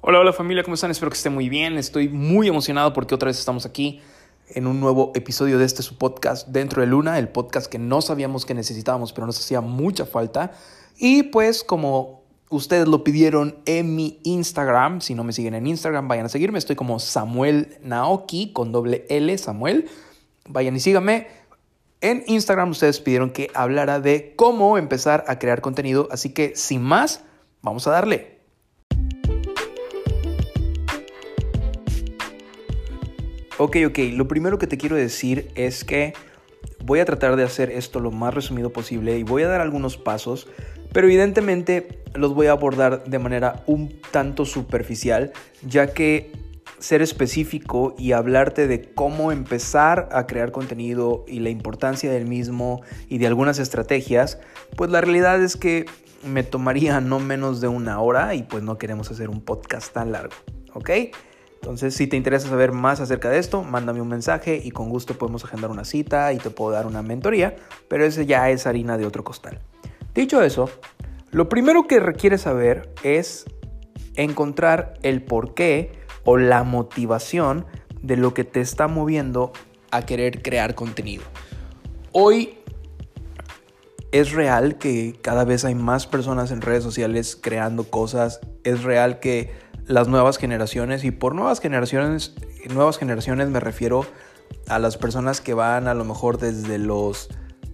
Hola familia, ¿cómo están? Espero que estén muy bien. Estoy muy emocionado porque otra vez estamos aquí en un nuevo episodio de su podcast Dentro de Luna, el podcast que no sabíamos que necesitábamos, pero nos hacía mucha falta. Y pues como ustedes lo pidieron en mi Instagram, si no me siguen en Instagram, vayan a seguirme. Estoy como Samuel Naoki con doble L, Samuel. Vayan y síganme. En Instagram ustedes pidieron que hablara de cómo empezar a crear contenido, así que sin más, vamos a darle. Ok, lo primero que te quiero decir es que voy a tratar de hacer esto lo más resumido posible y voy a dar algunos pasos, pero evidentemente los voy a abordar de manera un tanto superficial, ya que ser específico y hablarte de cómo empezar a crear contenido y la importancia del mismo y de algunas estrategias, pues la realidad es que me tomaría no menos de una hora y pues no queremos hacer un podcast tan largo, ¿ok? Entonces, si te interesa saber más acerca de esto, mándame un mensaje y con gusto podemos agendar una cita y te puedo dar una mentoría, pero ese ya es harina de otro costal. Dicho eso, lo primero que requieres saber es encontrar el porqué o la motivación de lo que te está moviendo a querer crear contenido. Hoy es real que cada vez hay más personas en redes sociales creando cosas. Es real que las nuevas generaciones, y por nuevas generaciones me refiero a las personas que van a lo mejor desde los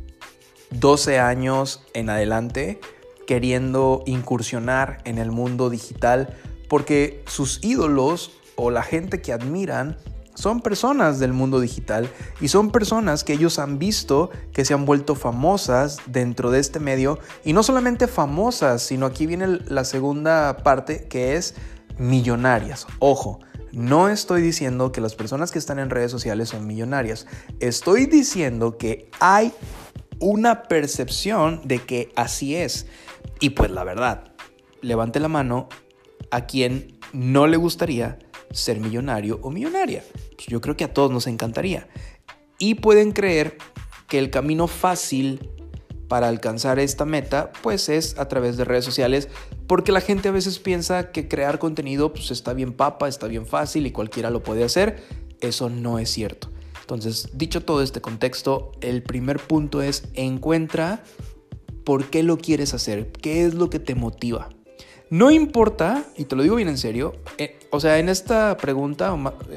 12 años en adelante, queriendo incursionar en el mundo digital, porque sus ídolos o la gente que admiran son personas del mundo digital y son personas que ellos han visto que se han vuelto famosas dentro de este medio, y no solamente famosas, sino aquí viene la segunda parte, que es millonarias. Ojo, no estoy diciendo que las personas que están en redes sociales son millonarias. Estoy diciendo que hay una percepción de que así es. Y pues la verdad, levante la mano a quien no le gustaría ser millonario o millonaria. Pues yo creo que a todos nos encantaría. Y pueden creer que el camino fácil para alcanzar esta meta pues es a través de redes sociales, porque la gente a veces piensa que crear contenido pues está bien papa, está bien fácil y cualquiera lo puede hacer. Eso no es cierto. Entonces, dicho todo este contexto, el primer punto es encuentra por qué lo quieres hacer, qué es lo que te motiva. No importa, y te lo digo bien en serio, en esta pregunta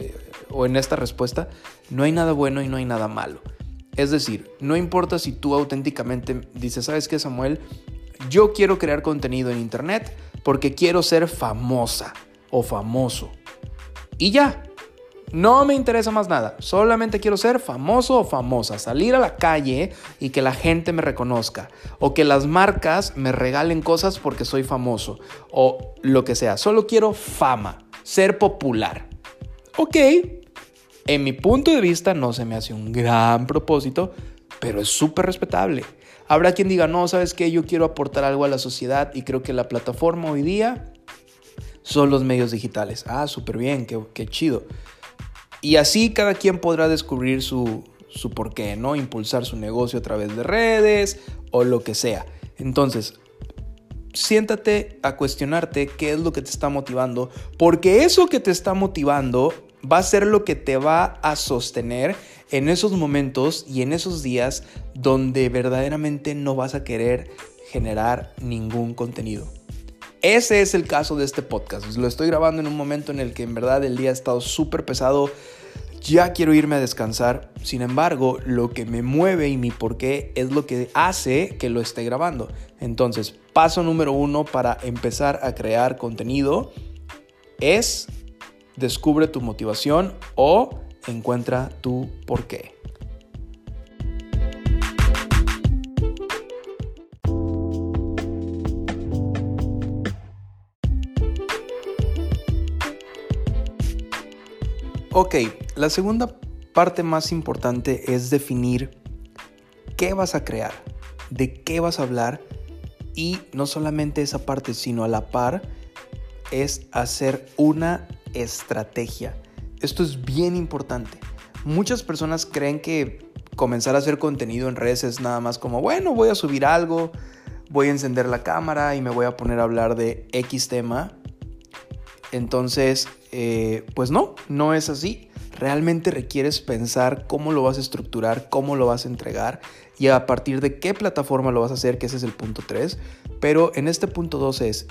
o en esta respuesta no hay nada bueno y no hay nada malo. Es decir, no importa si tú auténticamente dices, ¿sabes qué, Samuel? Yo quiero crear contenido en internet porque quiero ser famosa o famoso. Y ya, no me interesa más nada. Solamente quiero ser famoso o famosa, salir a la calle y que la gente me reconozca, o que las marcas me regalen cosas porque soy famoso, o lo que sea. Solo quiero fama, ser popular. Ok. En mi punto de vista no se me hace un gran propósito, pero es súper respetable. Habrá quien diga, no, ¿sabes qué? Yo quiero aportar algo a la sociedad y creo que la plataforma hoy día son los medios digitales. Ah, súper bien, qué chido. Y así cada quien podrá descubrir su porqué, ¿no? Impulsar su negocio a través de redes o lo que sea. Entonces, siéntate a cuestionarte qué es lo que te está motivando, porque eso que te está motivando va a ser lo que te va a sostener en esos momentos y en esos días donde verdaderamente no vas a querer generar ningún contenido. Ese es el caso de este podcast. Lo estoy grabando en un momento en el que en verdad el día ha estado súper pesado. Ya quiero irme a descansar. Sin embargo, lo que me mueve y mi porqué es lo que hace que lo esté grabando. Entonces, paso número 1 para empezar a crear contenido es descubre tu motivación o encuentra tu porqué. Ok, la segunda parte más importante es definir qué vas a crear, de qué vas a hablar, y no solamente esa parte, sino a la par es hacer una estrategia. Esto es bien importante. Muchas personas creen que comenzar a hacer contenido en redes es nada más como, bueno, voy a subir algo, voy a encender la cámara y me voy a poner a hablar de X tema. Entonces, pues no es así. Realmente requieres pensar cómo lo vas a estructurar, cómo lo vas a entregar y a partir de qué plataforma lo vas a hacer, que ese es el punto 3. Pero en este punto 2 es,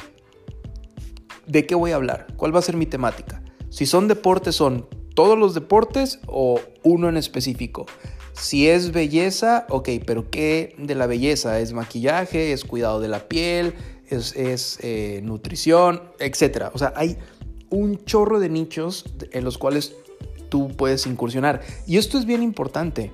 ¿de qué voy a hablar? ¿Cuál va a ser mi temática? Si son deportes, ¿son todos los deportes o uno en específico? Si es belleza, ok, pero ¿qué de la belleza? ¿Es maquillaje? ¿Es cuidado de la piel? ¿Es nutrición? Etcétera. O sea, hay un chorro de nichos en los cuales tú puedes incursionar. Y esto es bien importante.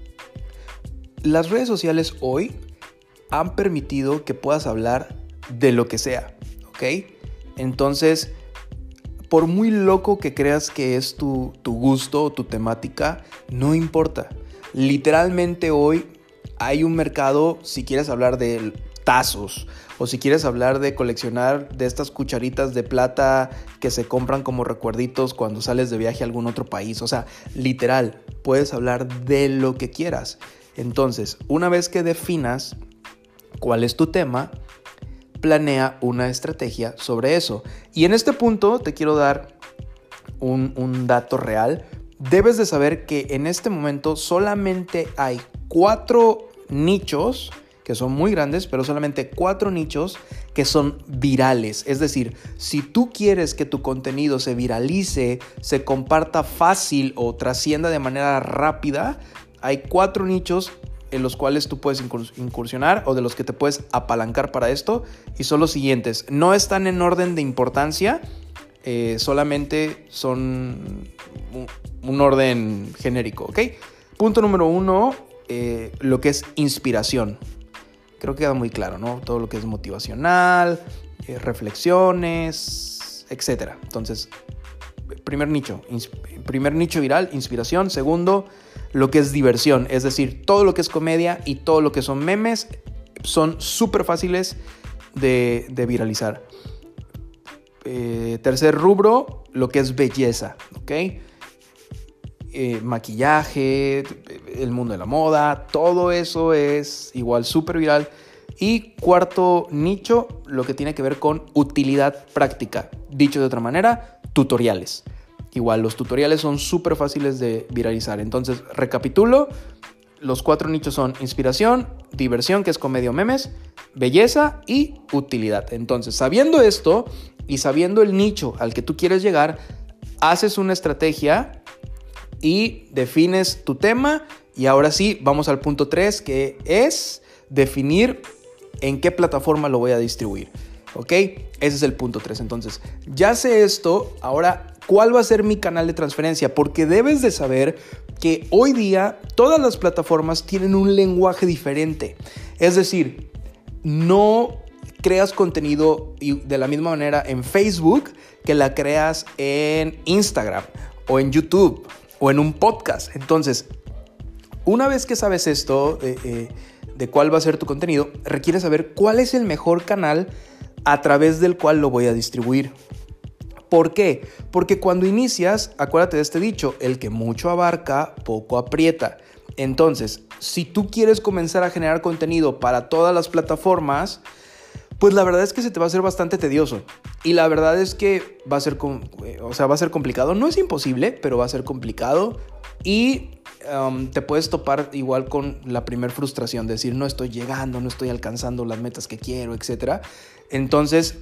Las redes sociales hoy han permitido que puedas hablar de lo que sea, ¿ok? Entonces, por muy loco que creas que es tu gusto o tu temática, no importa. Literalmente hoy hay un mercado, si quieres hablar de tazos o si quieres hablar de coleccionar de estas cucharitas de plata que se compran como recuerditos cuando sales de viaje a algún otro país. O sea, literal, puedes hablar de lo que quieras. Entonces, una vez que definas cuál es tu tema, planea una estrategia sobre eso. Y en este punto te quiero dar un dato real. Debes de saber que en este momento solamente hay 4 nichos que son muy grandes, pero solamente 4 nichos que son virales. Es decir, si tú quieres que tu contenido se viralice, se comparta fácil o trascienda de manera rápida, hay 4 nichos en los cuales tú puedes incursionar o de los que te puedes apalancar para esto, y son los siguientes. No están en orden de importancia, solamente son un orden genérico, ¿ok? Punto número 1, lo que es inspiración. Creo que queda muy claro, ¿no? Todo lo que es motivacional, reflexiones, etc. Entonces, primer nicho viral, inspiración. Segundo, lo que es diversión, es decir, todo lo que es comedia y todo lo que son memes son súper fáciles de viralizar. Tercer rubro, lo que es belleza, ¿ok? Maquillaje, el mundo de la moda, todo eso es igual súper viral. Y cuarto nicho, lo que tiene que ver con utilidad práctica. Dicho de otra manera, tutoriales. Igual, los tutoriales son súper fáciles de viralizar. Entonces, recapitulo. Los 4 nichos son inspiración, diversión, que es comedia o memes, belleza y utilidad. Entonces, sabiendo esto y sabiendo el nicho al que tú quieres llegar, haces una estrategia y defines tu tema. Y ahora sí, vamos al punto 3, que es definir en qué plataforma lo voy a distribuir. ¿Ok? Ese es el punto 3. Entonces, ya sé esto, ahora, ¿cuál va a ser mi canal de transferencia? Porque debes de saber que hoy día todas las plataformas tienen un lenguaje diferente. Es decir, no creas contenido de la misma manera en Facebook que la creas en Instagram o en YouTube o en un podcast. Entonces, una vez que sabes esto de cuál va a ser tu contenido, requieres saber cuál es el mejor canal a través del cual lo voy a distribuir. ¿Por qué? Porque cuando inicias, acuérdate de este dicho, el que mucho abarca, poco aprieta. Entonces, si tú quieres comenzar a generar contenido para todas las plataformas, pues la verdad es que se te va a hacer bastante tedioso. Y la verdad es que va a ser complicado. No es imposible, pero va a ser complicado. Y te puedes topar igual con la primer frustración, de decir, no estoy llegando, no estoy alcanzando las metas que quiero, etc. Entonces,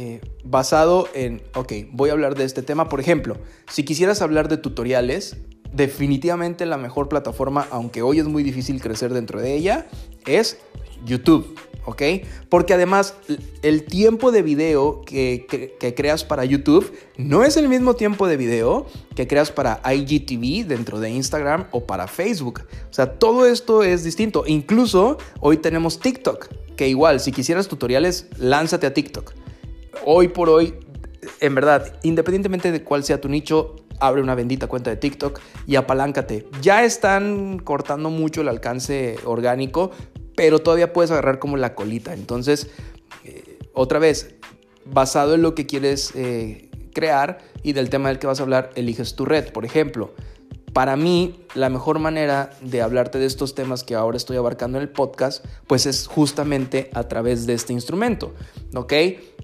basado en, voy a hablar de este tema. Por ejemplo, si quisieras hablar de tutoriales, definitivamente la mejor plataforma, aunque hoy es muy difícil crecer dentro de ella, es YouTube. ¿Ok? Porque además el tiempo de video que creas para YouTube no es el mismo tiempo de video que creas para IGTV dentro de Instagram o para Facebook. O sea, todo esto es distinto. Incluso hoy tenemos TikTok, que igual, si quisieras tutoriales, lánzate a TikTok. Hoy por hoy, en verdad, independientemente de cuál sea tu nicho, abre una bendita cuenta de TikTok y apaláncate. Ya están cortando mucho el alcance orgánico, pero todavía puedes agarrar como la colita. Entonces, otra vez, basado en lo que quieres crear y del tema del que vas a hablar, eliges tu red. Por ejemplo, para mí, la mejor manera de hablarte de estos temas que ahora estoy abarcando en el podcast, pues es justamente a través de este instrumento, ¿ok?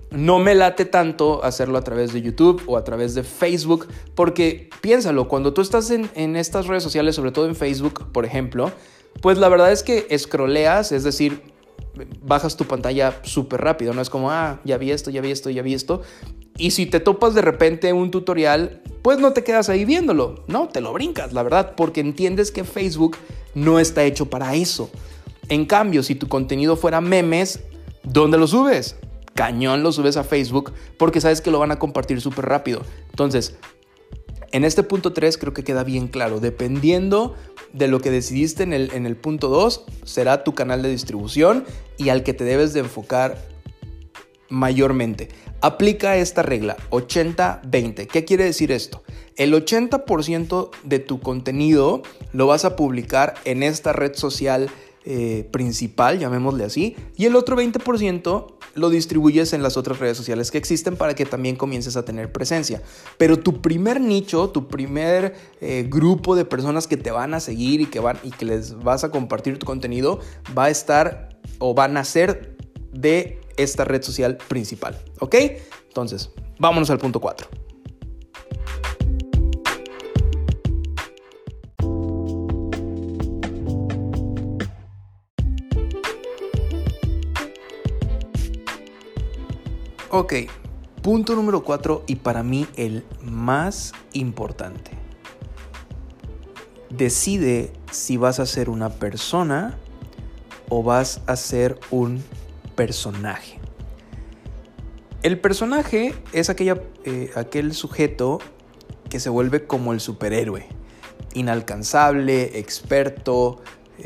no me late tanto hacerlo a través de YouTube o a través de Facebook, porque piénsalo, cuando tú estás en estas redes sociales, sobre todo en Facebook, por ejemplo, pues la verdad es que scrolleas, es decir, bajas tu pantalla súper rápido, no es como, ya vi esto. Y si te topas de repente un tutorial, pues no te quedas ahí viéndolo, no, te lo brincas, la verdad, porque entiendes que Facebook no está hecho para eso. En cambio, si tu contenido fuera memes, ¿dónde lo subes? Cañón lo subes a Facebook porque sabes que lo van a compartir súper rápido. Entonces, en este punto 3 creo que queda bien claro. Dependiendo de lo que decidiste en el punto 2, será tu canal de distribución y al que te debes de enfocar mayormente. Aplica esta regla, 80-20. ¿Qué quiere decir esto? El 80% de tu contenido lo vas a publicar en esta red social principal, llamémosle así, y el otro 20% lo distribuyes en las otras redes sociales que existen para que también comiences a tener presencia. Pero tu primer nicho, tu primer grupo de personas que te van a seguir y que les vas a compartir tu contenido va a estar o van a ser de esta red social principal, ¿ok? Entonces, vámonos al punto 4. Ok, punto número 4 y para mí el más importante. Decide si vas a ser una persona o vas a ser un personaje. El personaje es aquel sujeto que se vuelve como el superhéroe, inalcanzable, experto,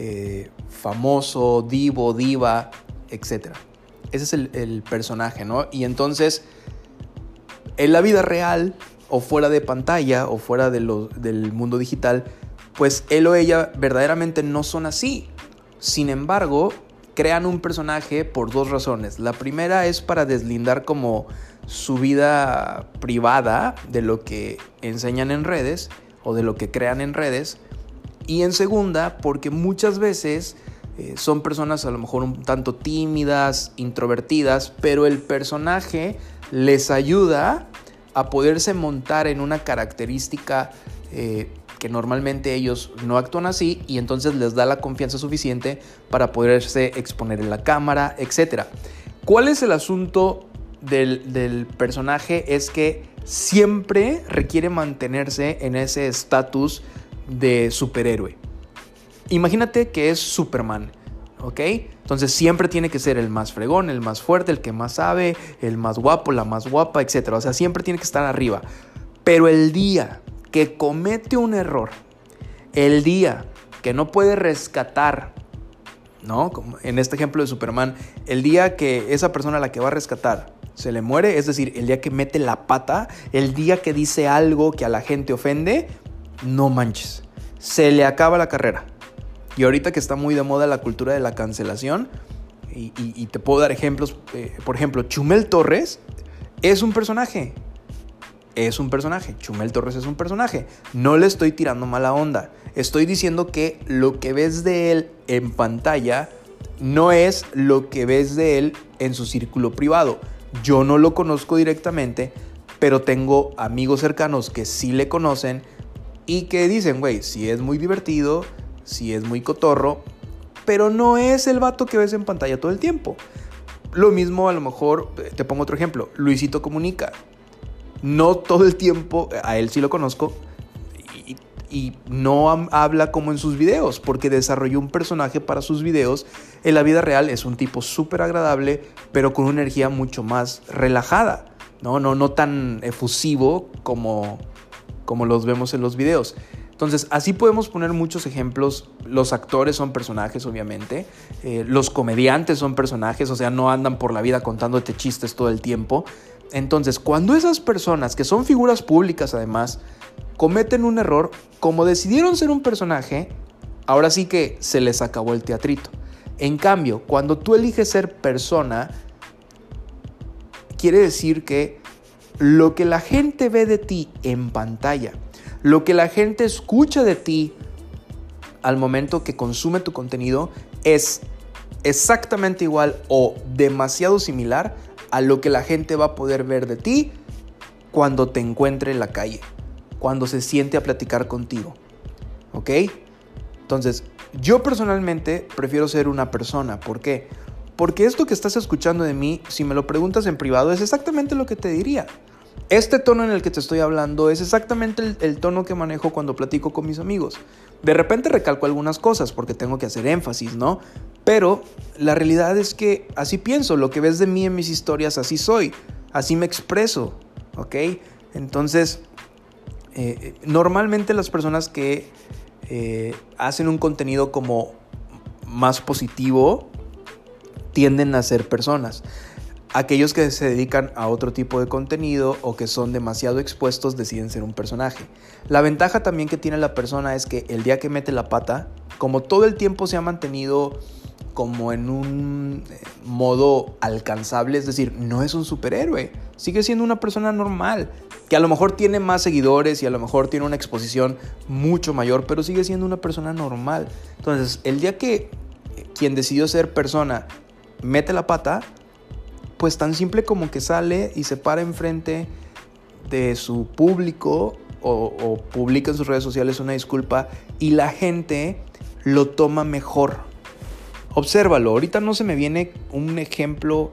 famoso, divo, diva, etc. Ese es el personaje, ¿no? Y entonces, en la vida real, o fuera de pantalla, o fuera del mundo digital, pues él o ella verdaderamente no son así. Sin embargo, crean un personaje por dos razones. La primera es para deslindar como su vida privada de lo que enseñan en redes, o de lo que crean en redes. Y en segunda, porque muchas veces son personas a lo mejor un tanto tímidas, introvertidas, pero el personaje les ayuda a poderse montar en una característica que normalmente ellos no actúan así, y entonces les da la confianza suficiente para poderse exponer en la cámara, etc. ¿Cuál es el asunto del personaje? Es que siempre requiere mantenerse en ese estatus de superhéroe. Imagínate que es Superman, ¿ok? Entonces siempre tiene que ser el más fregón, el más fuerte, el que más sabe, el más guapo, la más guapa, etc. O sea, siempre tiene que estar arriba. Pero el día que comete un error, el día que no puede rescatar, ¿no? Como en este ejemplo de Superman, el día que esa persona a la que va a rescatar se le muere, es decir, el día que mete la pata, el día que dice algo que a la gente ofende, no manches, se le acaba la carrera. Y ahorita que está muy de moda la cultura de la cancelación, y te puedo dar ejemplos, por ejemplo, Chumel Torres es un personaje. Chumel Torres es un personaje. No le estoy tirando mala onda. Estoy diciendo que lo que ves de él en pantalla no es lo que ves de él en su círculo privado. Yo no lo conozco directamente, pero tengo amigos cercanos que sí le conocen y que dicen, güey, sí es muy divertido, sí es muy cotorro, pero no es el vato que ves en pantalla todo el tiempo. Lo mismo, a lo mejor, te pongo otro ejemplo, Luisito Comunica. No todo el tiempo, a él sí lo conozco, y no habla como en sus videos, porque desarrolló un personaje para sus videos. En la vida real es un tipo súper agradable, pero con una energía mucho más relajada, no tan efusivo como los vemos en los videos. Entonces, así podemos poner muchos ejemplos. Los actores son personajes, obviamente. Los comediantes son personajes, o sea, no andan por la vida contándote chistes todo el tiempo. Entonces, cuando esas personas, que son figuras públicas además, cometen un error, como decidieron ser un personaje, ahora sí que se les acabó el teatrito. En cambio, cuando tú eliges ser persona, quiere decir que lo que la gente ve de ti en pantalla, lo que la gente escucha de ti al momento que consume tu contenido, es exactamente igual o demasiado similar a lo que la gente va a poder ver de ti cuando te encuentre en la calle, cuando se siente a platicar contigo, ¿ok? Entonces, yo personalmente prefiero ser una persona. ¿Por qué? Porque esto que estás escuchando de mí, si me lo preguntas en privado, es exactamente lo que te diría. Este tono en el que te estoy hablando es exactamente el tono que manejo cuando platico con mis amigos. De repente recalco algunas cosas porque tengo que hacer énfasis, ¿no? Pero la realidad es que así pienso. Lo que ves de mí en mis historias, así soy. Así me expreso, ¿ok? Entonces, normalmente las personas que hacen un contenido como más positivo tienden a ser personas. Aquellos que se dedican a otro tipo de contenido o que son demasiado expuestos deciden ser un personaje. La ventaja también que tiene la persona es que el día que mete la pata, como todo el tiempo se ha mantenido como en un modo alcanzable, es decir, no es un superhéroe, sigue siendo una persona normal, que a lo mejor tiene más seguidores y a lo mejor tiene una exposición mucho mayor, pero sigue siendo una persona normal. Entonces, el día que quien decidió ser persona mete la pata, pues tan simple como que sale y se para enfrente de su público o publica en sus redes sociales una disculpa y la gente lo toma mejor. Obsérvalo, ahorita no se me viene un ejemplo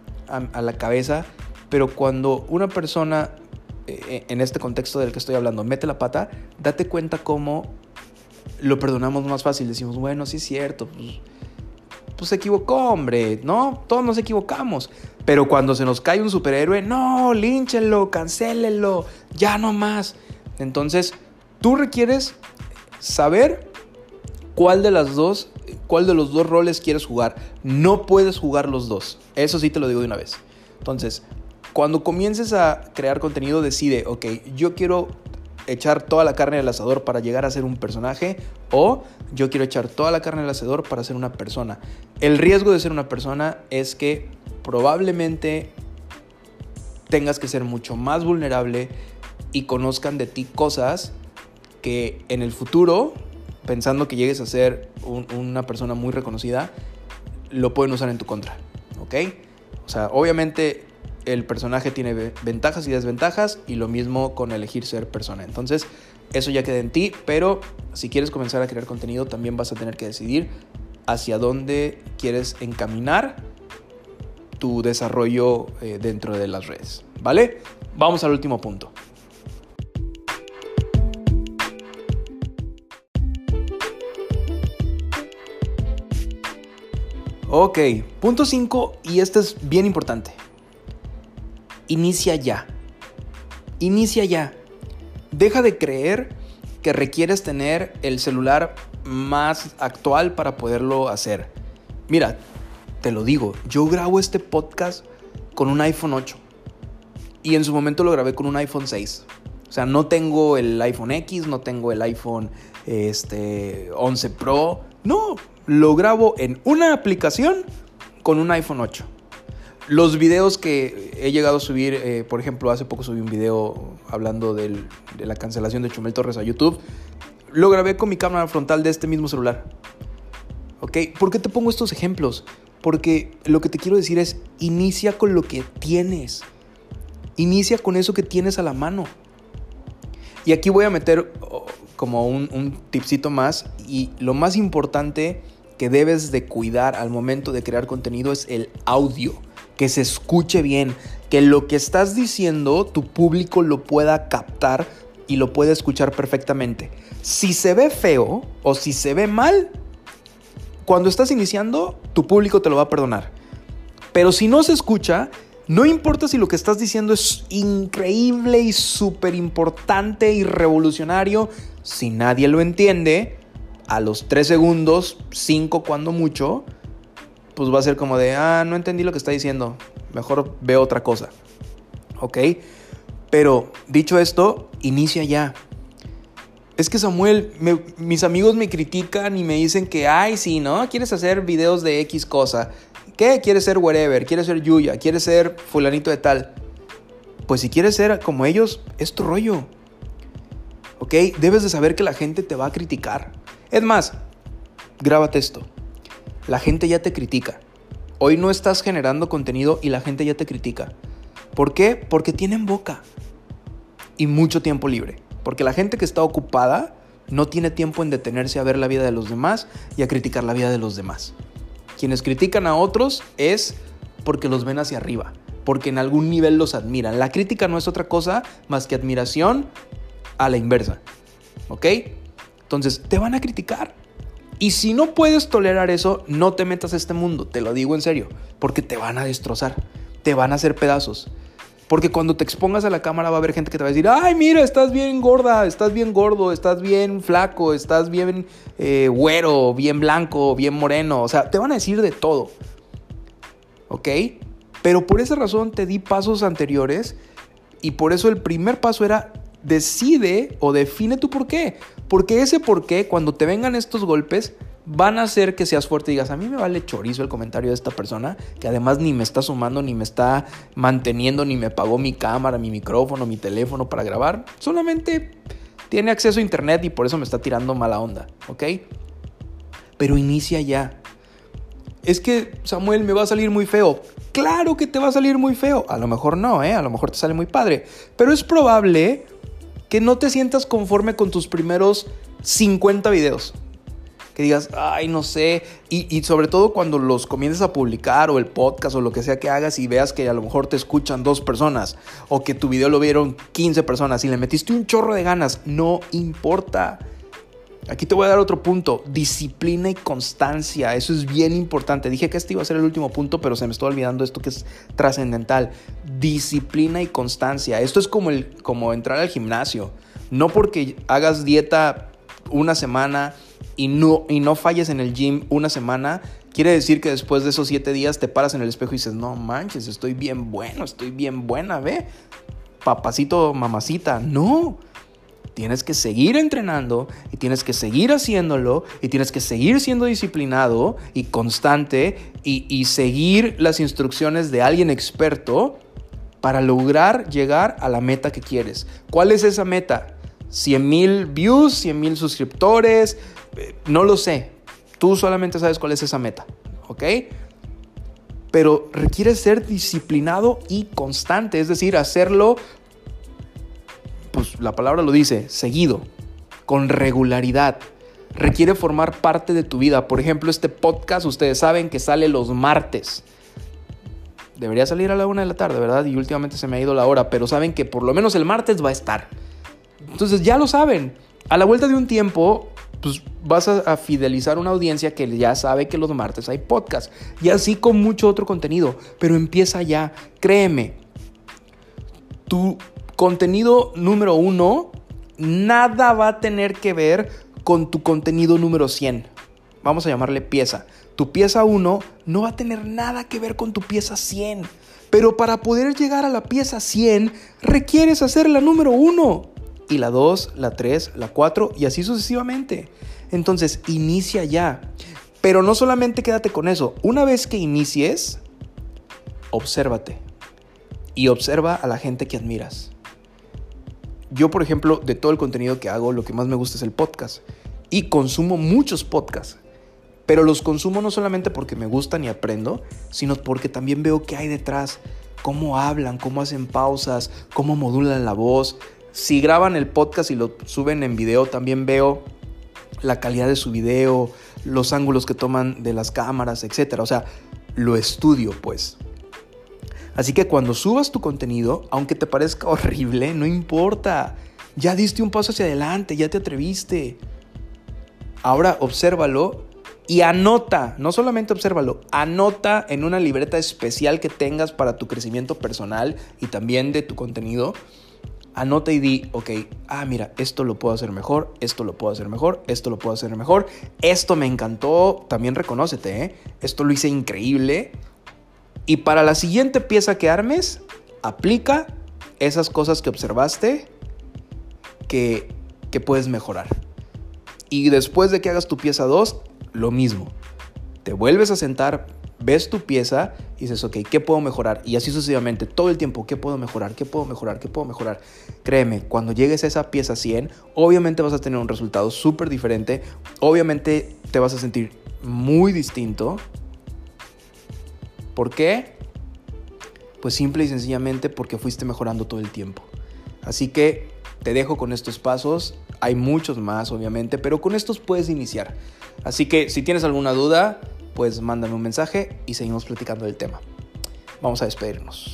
a la cabeza, pero cuando una persona, en este contexto del que estoy hablando, mete la pata, date cuenta cómo lo perdonamos más fácil. Decimos, bueno, sí es cierto, pues se equivocó, hombre, ¿no? Todos nos equivocamos. Pero cuando se nos cae un superhéroe, no, línchenlo, cancélenlo, ya no más. Entonces, tú requieres saber cuál de los dos roles quieres jugar. No puedes jugar los dos. Eso sí te lo digo de una vez. Entonces, cuando comiences a crear contenido, decide, ok, yo quiero echar toda la carne al asador para llegar a ser un personaje, o yo quiero echar toda la carne al asador para ser una persona. El riesgo de ser una persona es que probablemente tengas que ser mucho más vulnerable y conozcan de ti cosas que en el futuro, pensando que llegues a ser una persona muy reconocida, lo pueden usar en tu contra, ¿ok? O sea, obviamente el personaje tiene ventajas y desventajas, y lo mismo con elegir ser persona. Entonces, eso ya queda en ti, pero si quieres comenzar a crear contenido, también vas a tener que decidir hacia dónde quieres encaminar tu desarrollo dentro de las redes, ¿vale? Vamos al último punto. Ok, punto 5, y este es bien importante. Inicia ya. Inicia ya. Deja de creer que requieres tener el celular más actual para poderlo hacer. Mira, te lo digo, yo grabo este podcast con un iPhone 8 y en su momento lo grabé con un iPhone 6. O sea, no tengo el iPhone X, no tengo el iPhone 11 Pro. No, lo grabo en una aplicación con un iPhone 8. Los videos que he llegado a subir, por ejemplo, hace poco subí un video hablando de la cancelación de Chumel Torres a YouTube. Lo grabé con mi cámara frontal de este mismo celular. ¿Ok? ¿Por qué te pongo estos ejemplos? Porque lo que te quiero decir es, inicia con lo que tienes. Inicia con eso que tienes a la mano. Y aquí voy a meter como un tipcito más. Y lo más importante que debes de cuidar al momento de crear contenido es el audio. Que se escuche bien, que lo que estás diciendo tu público lo pueda captar y lo pueda escuchar perfectamente. Si se ve feo o si se ve mal, cuando estás iniciando, tu público te lo va a perdonar. Pero si no se escucha, no importa si lo que estás diciendo es increíble y súper importante y revolucionario, si nadie lo entiende, a los 3 segundos, 5 cuando mucho, pues va a ser como de, no entendí lo que está diciendo, mejor veo otra cosa, ¿ok? Pero dicho esto, inicia ya. Es que Samuel, mis amigos me critican y me dicen que, sí, ¿no? ¿Quieres hacer videos de X cosa? ¿Qué? ¿Quieres ser whatever? ¿Quieres ser Yuya? ¿Quieres ser fulanito de tal? Pues si quieres ser como ellos, es tu rollo, ¿ok? Debes de saber que la gente te va a criticar. Es más, grábate esto. La gente ya te critica. Hoy no estás generando contenido y la gente ya te critica. ¿Por qué? Porque tienen boca y mucho tiempo libre. Porque la gente que está ocupada no tiene tiempo en detenerse a ver la vida de los demás y a criticar la vida de los demás. Quienes critican a otros es porque los ven hacia arriba, porque en algún nivel los admiran. La crítica no es otra cosa más que admiración a la inversa. ¿Ok? Entonces, te van a criticar. Y si no puedes tolerar eso, no te metas a este mundo. Te lo digo en serio. Porque te van a destrozar. Te van a hacer pedazos. Porque cuando te expongas a la cámara va a haber gente que te va a decir: ay, mira, estás bien gorda, estás bien gordo, estás bien flaco, estás bien güero, bien blanco, bien moreno. O sea, te van a decir de todo. ¿Ok? Pero por esa razón te di pasos anteriores. Y por eso el primer paso era: decide o define tu por qué. Porque ese por qué, cuando te vengan estos golpes, van a hacer que seas fuerte y digas: a mí me vale chorizo el comentario de esta persona, que además ni me está sumando, ni me está manteniendo, ni me pagó mi cámara, mi micrófono, mi teléfono para grabar. Solamente tiene acceso a internet y por eso me está tirando mala onda, ¿ok? Pero inicia ya. Es que, Samuel, me va a salir muy feo. Claro que te va a salir muy feo. A lo mejor no, a lo mejor te sale muy padre. Pero es probable que no te sientas conforme con tus primeros 50 videos. Que digas: ay, no sé. Y sobre todo cuando los comiences a publicar, o el podcast, o lo que sea que hagas, y veas que a lo mejor te escuchan 2 personas, o que tu video lo vieron 15 personas y le metiste un chorro de ganas. No importa. Aquí te voy a dar otro punto: disciplina y constancia. Eso es bien importante. Dije que este iba a ser el último punto, pero se me estaba olvidando esto que es trascendental. Disciplina y constancia. Esto es como entrar al gimnasio. No porque hagas dieta una semana y no falles en el gym una semana, quiere decir que después de esos 7 días te paras en el espejo y dices: no manches, estoy bien bueno, estoy bien buena, ve, papacito, mamacita. No. Tienes que seguir entrenando y tienes que seguir haciéndolo y tienes que seguir siendo disciplinado y constante y seguir las instrucciones de alguien experto para lograr llegar a la meta que quieres. ¿Cuál es esa meta? 100,000 views, 100,000 suscriptores, no lo sé. Tú solamente sabes cuál es esa meta, ¿ok? Pero requiere ser disciplinado y constante, es decir, hacerlo, pues la palabra lo dice, seguido, con regularidad. Requiere formar parte de tu vida. Por ejemplo, este podcast, ustedes saben que sale los martes. Debería salir a la 1 de la tarde, ¿verdad? Y últimamente se me ha ido la hora, pero saben que por lo menos el martes va a estar. Entonces ya lo saben. A la vuelta de un tiempo, pues vas a fidelizar una audiencia que ya sabe que los martes hay podcast. Y así con mucho otro contenido. Pero empieza ya. Créeme. Tu contenido número 1, nada va a tener que ver con tu contenido número 100. Vamos a llamarle pieza. Tu pieza 1 no va a tener nada que ver con tu pieza 100. Pero para poder llegar a la pieza 100, requieres hacer la número 1. Y la 2, la 3, la 4 y así sucesivamente. Entonces, inicia ya. Pero no solamente quédate con eso. Una vez que inicies, obsérvate. Y observa a la gente que admiras. Yo, por ejemplo, de todo el contenido que hago, lo que más me gusta es el podcast. Y consumo muchos podcasts. Pero los consumo no solamente porque me gustan y aprendo, sino porque también veo qué hay detrás. Cómo hablan, cómo hacen pausas, cómo modulan la voz. Si graban el podcast y lo suben en video, también veo la calidad de su video, los ángulos que toman de las cámaras, etc. O sea, lo estudio, pues. Así que cuando subas tu contenido, aunque te parezca horrible, no importa. Ya diste un paso hacia adelante, ya te atreviste. Ahora obsérvalo y anota, no solamente obsérvalo, anota en una libreta especial que tengas para tu crecimiento personal y también de tu contenido. Anota y di: ok, mira, esto lo puedo hacer mejor, esto lo puedo hacer mejor, esto lo puedo hacer mejor, esto me encantó, también reconócete, esto lo hice increíble. Y para la siguiente pieza que armes, aplica esas cosas que observaste que puedes mejorar. Y después de que hagas tu pieza 2, lo mismo. Te vuelves a sentar, ves tu pieza y dices: ok, ¿qué puedo mejorar? Y así sucesivamente, todo el tiempo, ¿qué puedo mejorar? ¿Qué puedo mejorar? ¿Qué puedo mejorar? Créeme, cuando llegues a esa pieza 100, obviamente vas a tener un resultado súper diferente. Obviamente te vas a sentir muy distinto. ¿Por qué? Pues simple y sencillamente porque fuiste mejorando todo el tiempo. Así que te dejo con estos pasos. Hay muchos más, obviamente, pero con estos puedes iniciar. Así que si tienes alguna duda, pues mándame un mensaje y seguimos platicando del tema. Vamos a despedirnos.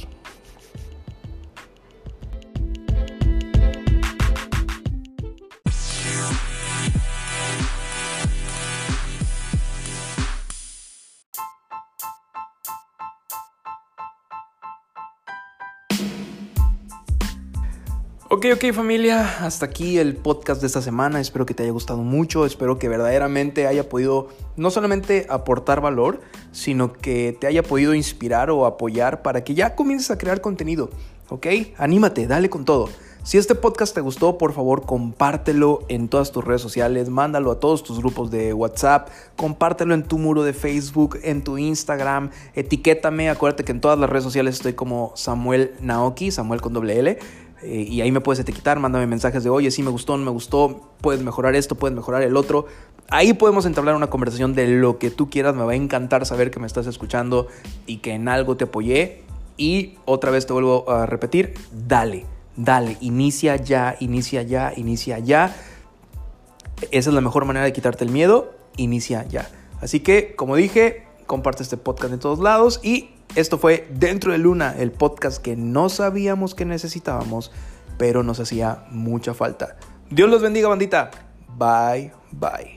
Ok familia, hasta aquí el podcast de esta semana. Espero que te haya gustado mucho, espero que verdaderamente haya podido no solamente aportar valor, sino que te haya podido inspirar o apoyar para que ya comiences a crear contenido, ¿ok? Anímate, dale con todo. Si este podcast te gustó, por favor, compártelo en todas tus redes sociales, mándalo a todos tus grupos de WhatsApp, compártelo en tu muro de Facebook, en tu Instagram, etiquétame, acuérdate que en todas las redes sociales estoy como Samuel Naoki, Samuel con doble L. Y ahí me puedes etiquetar, mándame mensajes de oye, sí me gustó, no me gustó, puedes mejorar esto, puedes mejorar el otro. Ahí podemos entablar una conversación de lo que tú quieras. Me va a encantar saber que me estás escuchando y que en algo te apoyé. Y otra vez te vuelvo a repetir, dale, inicia ya. Esa es la mejor manera de quitarte el miedo, inicia ya. Así que, como dije, comparte este podcast en todos lados y esto fue Dentro de Luna, el podcast que no sabíamos que necesitábamos, pero nos hacía mucha falta. Dios los bendiga, bandita. Bye.